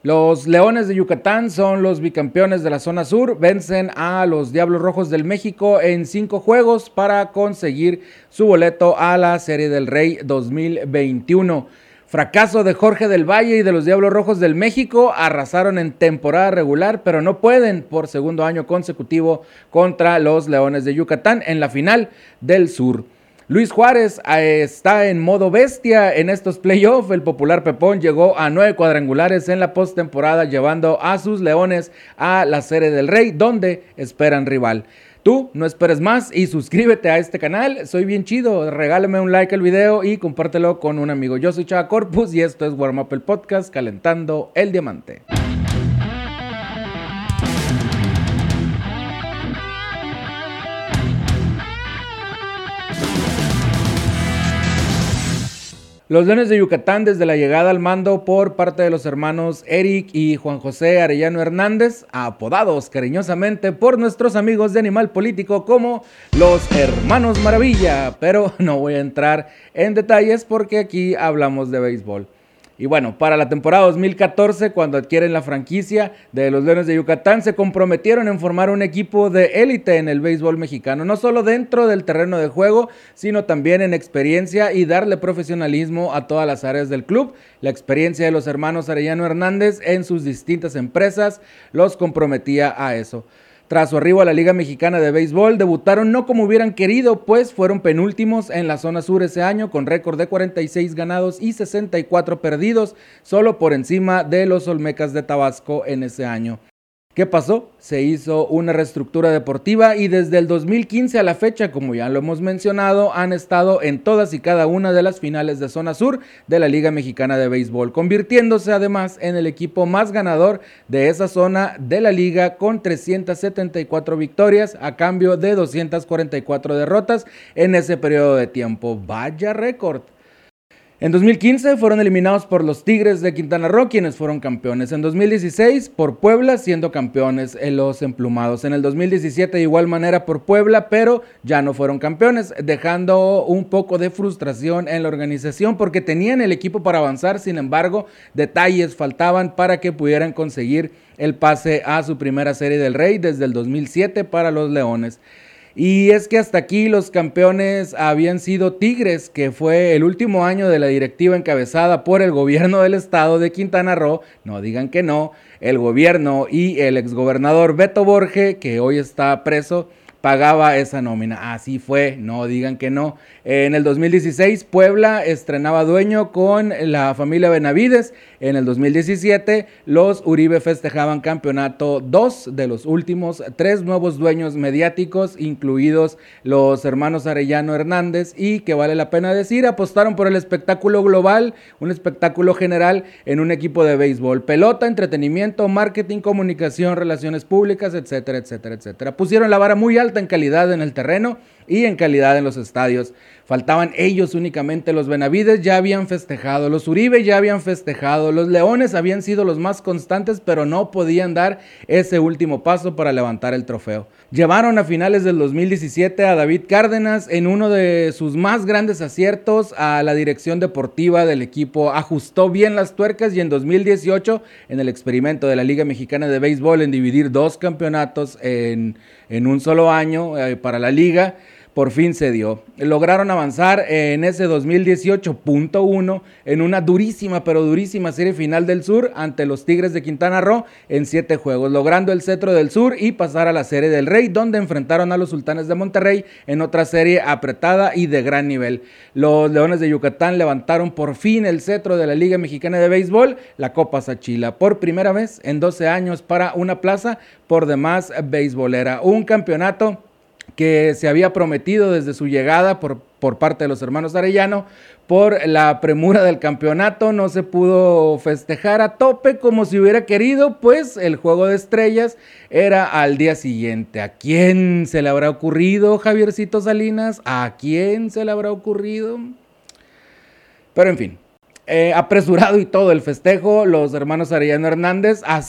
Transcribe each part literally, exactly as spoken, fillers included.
Los Leones de Yucatán son los bicampeones de la zona sur, vencen a los Diablos Rojos del México en cinco juegos para conseguir su boleto a la Serie del Rey dos mil veintiuno. Fracaso de Jorge del Valle y de los Diablos Rojos del México, arrasaron en temporada regular, pero no pueden por segundo año consecutivo contra los Leones de Yucatán en la final del sur. Luis Juárez está en modo bestia en estos playoffs. El popular Pepón llegó a nueve cuadrangulares en la postemporada, llevando a sus Leones a la Serie del Rey, donde esperan rival. Tú no esperes más y suscríbete a este canal. Soy bien chido. Regálame un like al video y compártelo con un amigo. Yo soy Chava Corpus y esto es Warm Up el Podcast, calentando el diamante. Los Leones de Yucatán, desde la llegada al mando por parte de los hermanos Eric y Juan José Arellano Hernández, apodados cariñosamente por nuestros amigos de Animal Político como los Hermanos Maravilla, pero no voy a entrar en detalles porque aquí hablamos de béisbol. Y bueno, para la temporada dos mil catorce, cuando adquieren la franquicia de los Leones de Yucatán, se comprometieron en formar un equipo de élite en el béisbol mexicano, no solo dentro del terreno de juego, sino también en experiencia y darle profesionalismo a todas las áreas del club. La experiencia de los hermanos Arellano Hernández en sus distintas empresas los comprometía a eso. Tras su arribo a la Liga Mexicana de Béisbol, debutaron no como hubieran querido, pues fueron penúltimos en la zona sur ese año, con récord de cuarenta y seis ganados y sesenta y cuatro perdidos, solo por encima de los Olmecas de Tabasco en ese año. ¿Qué pasó? Se hizo una reestructura deportiva y desde el dos mil quince a la fecha, como ya lo hemos mencionado, han estado en todas y cada una de las finales de zona sur de la Liga Mexicana de Béisbol, convirtiéndose además en el equipo más ganador de esa zona de la liga con trescientas setenta y cuatro victorias a cambio de doscientas cuarenta y cuatro derrotas en ese periodo de tiempo. Vaya récord. En dos mil quince fueron eliminados por los Tigres de Quintana Roo, quienes fueron campeones. En dos mil dieciséis por Puebla, siendo campeones en los emplumados. En el dos mil diecisiete de igual manera por Puebla, pero ya no fueron campeones, dejando un poco de frustración en la organización porque tenían el equipo para avanzar. Sin embargo, detalles faltaban para que pudieran conseguir el pase a su primera Serie del Rey desde el dos mil siete para los Leones. Y es que hasta aquí los campeones habían sido Tigres, que fue el último año de la directiva encabezada por el gobierno del estado de Quintana Roo, no digan que no, el gobierno y el exgobernador Beto Borge, que hoy está preso, pagaba esa nómina. Así fue, no digan que no. En el dos mil dieciséis, Puebla estrenaba dueño con la familia Benavides. En el dos mil diecisiete, los Uribe festejaban campeonato, dos de los últimos, tres nuevos dueños mediáticos, incluidos los hermanos Arellano Hernández, y que vale la pena decir, apostaron por el espectáculo global, un espectáculo general en un equipo de béisbol. Pelota, entretenimiento, marketing, comunicación, relaciones públicas, etcétera, etcétera, etcétera. Pusieron la vara muy alta en calidad en el terreno y en calidad en los estadios. Faltaban ellos únicamente. Los Benavides ya habían festejado, los Uribe ya habían festejado, los Leones habían sido los más constantes, pero no podían dar ese último paso para levantar el trofeo. Llevaron a finales del dos mil diecisiete a David Cárdenas en uno de sus más grandes aciertos a la dirección deportiva del equipo. Ajustó bien las tuercas y en dos mil dieciocho, en el experimento de la Liga Mexicana de Béisbol en dividir dos campeonatos en, en un solo año eh, para la liga, por fin se dio. Lograron avanzar en ese dos mil dieciocho punto uno en una durísima, pero durísima serie final del sur ante los Tigres de Quintana Roo en siete juegos, logrando el cetro del sur y pasar a la Serie del Rey, donde enfrentaron a los Sultanes de Monterrey en otra serie apretada y de gran nivel. Los Leones de Yucatán levantaron por fin el cetro de la Liga Mexicana de Béisbol, la Copa Sachila, por primera vez en doce años para una plaza por demás beisbolera. Un campeonato que se había prometido desde su llegada por, por parte de los hermanos Arellano. Por la premura del campeonato no se pudo festejar a tope como si hubiera querido, pues el juego de estrellas era al día siguiente. ¿A quién se le habrá ocurrido, Javiercito Salinas? ¿A quién se le habrá ocurrido? Pero en fin, eh, apresurado y todo el festejo, los hermanos Arellano Hernández, así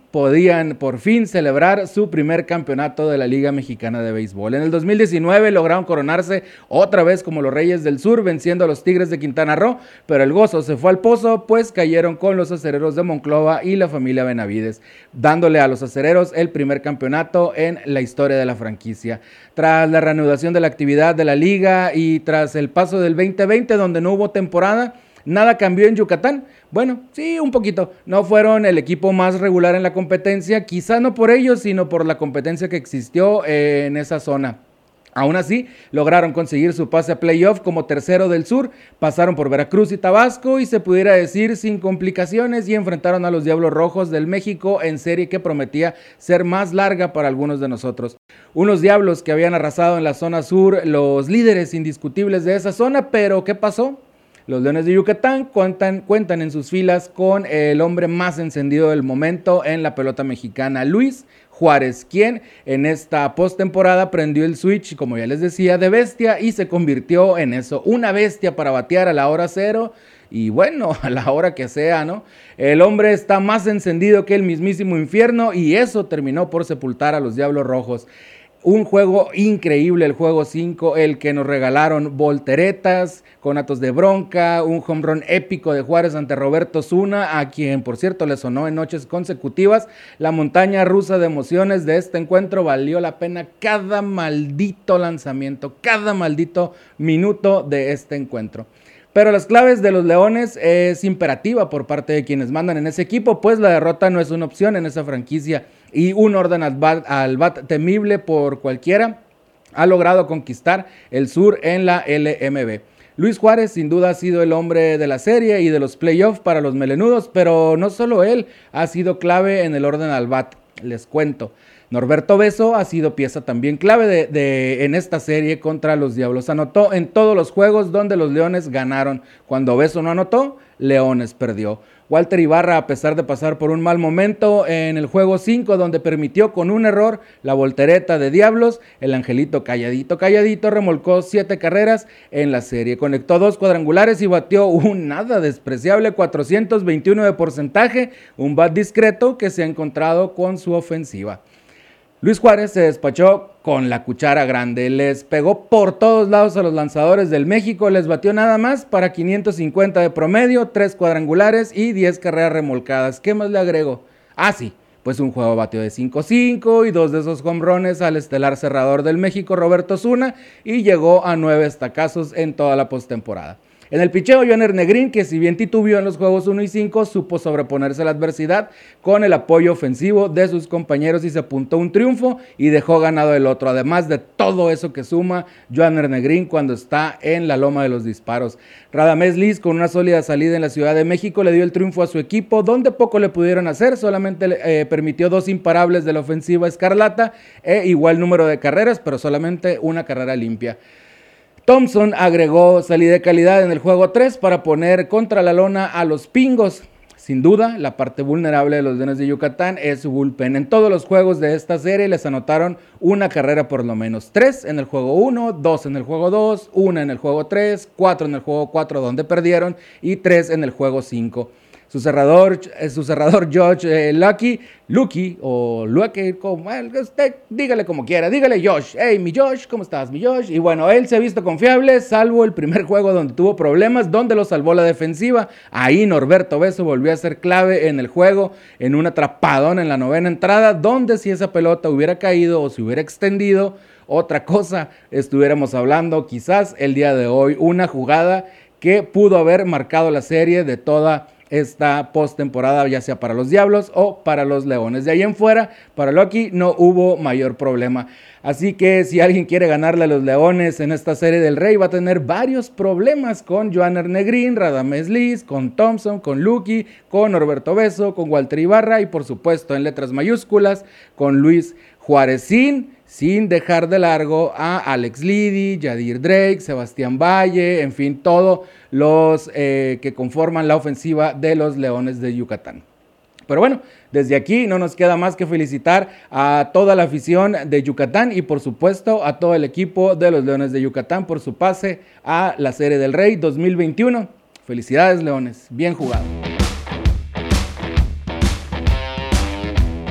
podían por fin celebrar su primer campeonato de la Liga Mexicana de Béisbol. En el dos mil diecinueve lograron coronarse otra vez como los Reyes del Sur, venciendo a los Tigres de Quintana Roo, pero el gozo se fue al pozo, pues cayeron con los Acereros de Monclova y la familia Benavides, dándole a los Acereros el primer campeonato en la historia de la franquicia. Tras la reanudación de la actividad de la liga y tras el paso del veinte veinte, donde no hubo temporada, nada cambió en Yucatán. Bueno, sí, un poquito. No fueron el equipo más regular en la competencia, quizá no por ellos, sino por la competencia que existió eh, en esa zona. Aún así, lograron conseguir su pase a playoff como tercero del sur, pasaron por Veracruz y Tabasco y se pudiera decir sin complicaciones y enfrentaron a los Diablos Rojos del México en serie que prometía ser más larga para algunos de nosotros. Unos Diablos que habían arrasado en la zona sur, los líderes indiscutibles de esa zona, pero ¿qué pasó? Los Leones de Yucatán cuentan, cuentan en sus filas con el hombre más encendido del momento en la pelota mexicana, Luis Juárez, quien en esta postemporada prendió el switch, como ya les decía, de bestia y se convirtió en eso, una bestia para batear a la hora cero y bueno, a la hora que sea, ¿no? El hombre está más encendido que el mismísimo infierno y eso terminó por sepultar a los Diablos Rojos. Un juego increíble, el juego cinco, el que nos regalaron volteretas, conatos de bronca, un home run épico de Juárez ante Roberto Zuna, a quien por cierto le sonó en noches consecutivas. La montaña rusa de emociones de este encuentro valió la pena cada maldito lanzamiento, cada maldito minuto de este encuentro. Pero las claves de los Leones es imperativa por parte de quienes mandan en ese equipo, pues la derrota no es una opción en esa franquicia y un orden al bat, al bat temible por cualquiera ha logrado conquistar el sur en la L M B. Luis Juárez sin duda ha sido el hombre de la serie y de los playoffs para los melenudos, pero no solo él ha sido clave en el orden al bat, les cuento. Norberto Beso ha sido pieza también clave de, de, en esta serie contra los Diablos. Anotó en todos los juegos donde los Leones ganaron. Cuando Beso no anotó, Leones perdió. Walter Ibarra, a pesar de pasar por un mal momento en el juego cinco, donde permitió con un error la voltereta de Diablos, el angelito calladito, calladito, remolcó siete carreras en la serie. Conectó dos cuadrangulares y batió un nada despreciable cuatrocientos veintiuno de porcentaje, un bat discreto que se ha encontrado con su ofensiva. Luis Juárez se despachó con la cuchara grande, les pegó por todos lados a los lanzadores del México, les batió nada más para quinientos cincuenta de promedio, tres cuadrangulares y diez carreras remolcadas. ¿Qué más le agrego? Ah, sí, pues un juego batió de cinco cinco y dos de esos home runs al estelar cerrador del México, Roberto Zuna, y llegó a nueve estacazos en toda la postemporada. En el picheo, Johanner Negrín, que si bien titubeó en los juegos uno y cinco, supo sobreponerse a la adversidad con el apoyo ofensivo de sus compañeros y se apuntó un triunfo y dejó ganado el otro. Además de todo eso que suma Johanner Negrín cuando está en la loma de los disparos. Radamés Liz, con una sólida salida en la Ciudad de México, le dio el triunfo a su equipo, donde poco le pudieron hacer, solamente eh, permitió dos imparables de la ofensiva escarlata e igual número de carreras, pero solamente una carrera limpia. Thompson agregó salida de calidad en el juego tres para poner contra la lona a los Pingos. Sin duda, la parte vulnerable de los Leones de Yucatán es su bullpen. En todos los juegos de esta serie les anotaron una carrera por lo menos. Tres en el juego uno, dos en el juego dos, una en el juego tres, cuatro en el juego cuatro donde perdieron y tres en el juego cinco. Su cerrador, su cerrador Josh eh, Lucky, Lucky o Lucky, como él, usted, dígale como quiera, dígale Josh. Hey, mi Josh, ¿cómo estás, mi Josh? Y bueno, él se ha visto confiable, salvo el primer juego donde tuvo problemas, donde lo salvó la defensiva. Ahí Norberto Beso volvió a ser clave en el juego, en un atrapadón en la novena entrada, donde si esa pelota hubiera caído o se hubiera extendido, otra cosa estuviéramos hablando quizás el día de hoy. Una jugada que pudo haber marcado la serie de toda esta postemporada, ya sea para los Diablos o para los Leones. De ahí en fuera, para Lucky no hubo mayor problema. Así que si alguien quiere ganarle a los Leones en esta serie del Rey, va a tener varios problemas con Johanner Negrín, Radamés Liz, con Thompson, con Lucky, con Norberto Beso, con Walter Ibarra y por supuesto en letras mayúsculas con Luis Juárez, sin, sin dejar de largo a Alex Liddy, Yadir Drake, Sebastián Valle, en fin, todos los eh, que conforman la ofensiva de los Leones de Yucatán. Pero bueno, desde aquí no nos queda más que felicitar a toda la afición de Yucatán y por supuesto a todo el equipo de los Leones de Yucatán por su pase a la Serie del Rey dos mil veintiuno. Felicidades, Leones, bien jugado.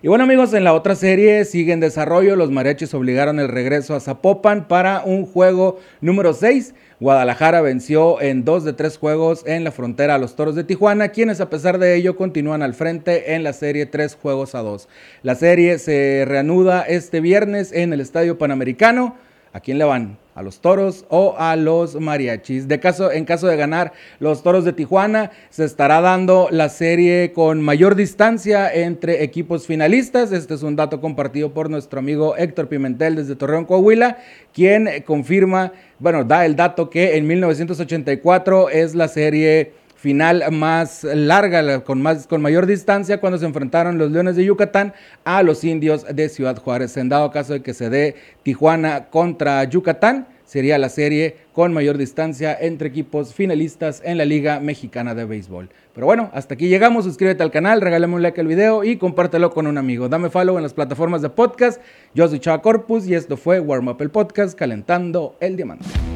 Y bueno amigos, en la otra serie sigue en desarrollo. Los Mariachis obligaron el regreso a Zapopan para un juego número seis. Guadalajara venció en dos de tres juegos en la frontera a los Toros de Tijuana, quienes a pesar de ello continúan al frente en la serie tres juegos a dos. La serie se reanuda este viernes en el Estadio Panamericano. ¿A quién le van? ¿A los Toros o a los Mariachis? De caso, en caso de ganar los Toros de Tijuana, se estará dando la serie con mayor distancia entre equipos finalistas. Este es un dato compartido por nuestro amigo Héctor Pimentel desde Torreón, Coahuila, quien confirma, bueno, da el dato que en mil novecientos ochenta y cuatro es la serie final más larga, con, más, con mayor distancia, cuando se enfrentaron los Leones de Yucatán a los Indios de Ciudad Juárez. En dado caso de que se dé Tijuana contra Yucatán, sería la serie con mayor distancia entre equipos finalistas en la Liga Mexicana de Béisbol. Pero bueno, hasta aquí llegamos. Suscríbete al canal, regálame un like al video y compártelo con un amigo. Dame follow en las plataformas de podcast. Yo soy Chava Corpus y esto fue Warm Up el Podcast, calentando el diamante.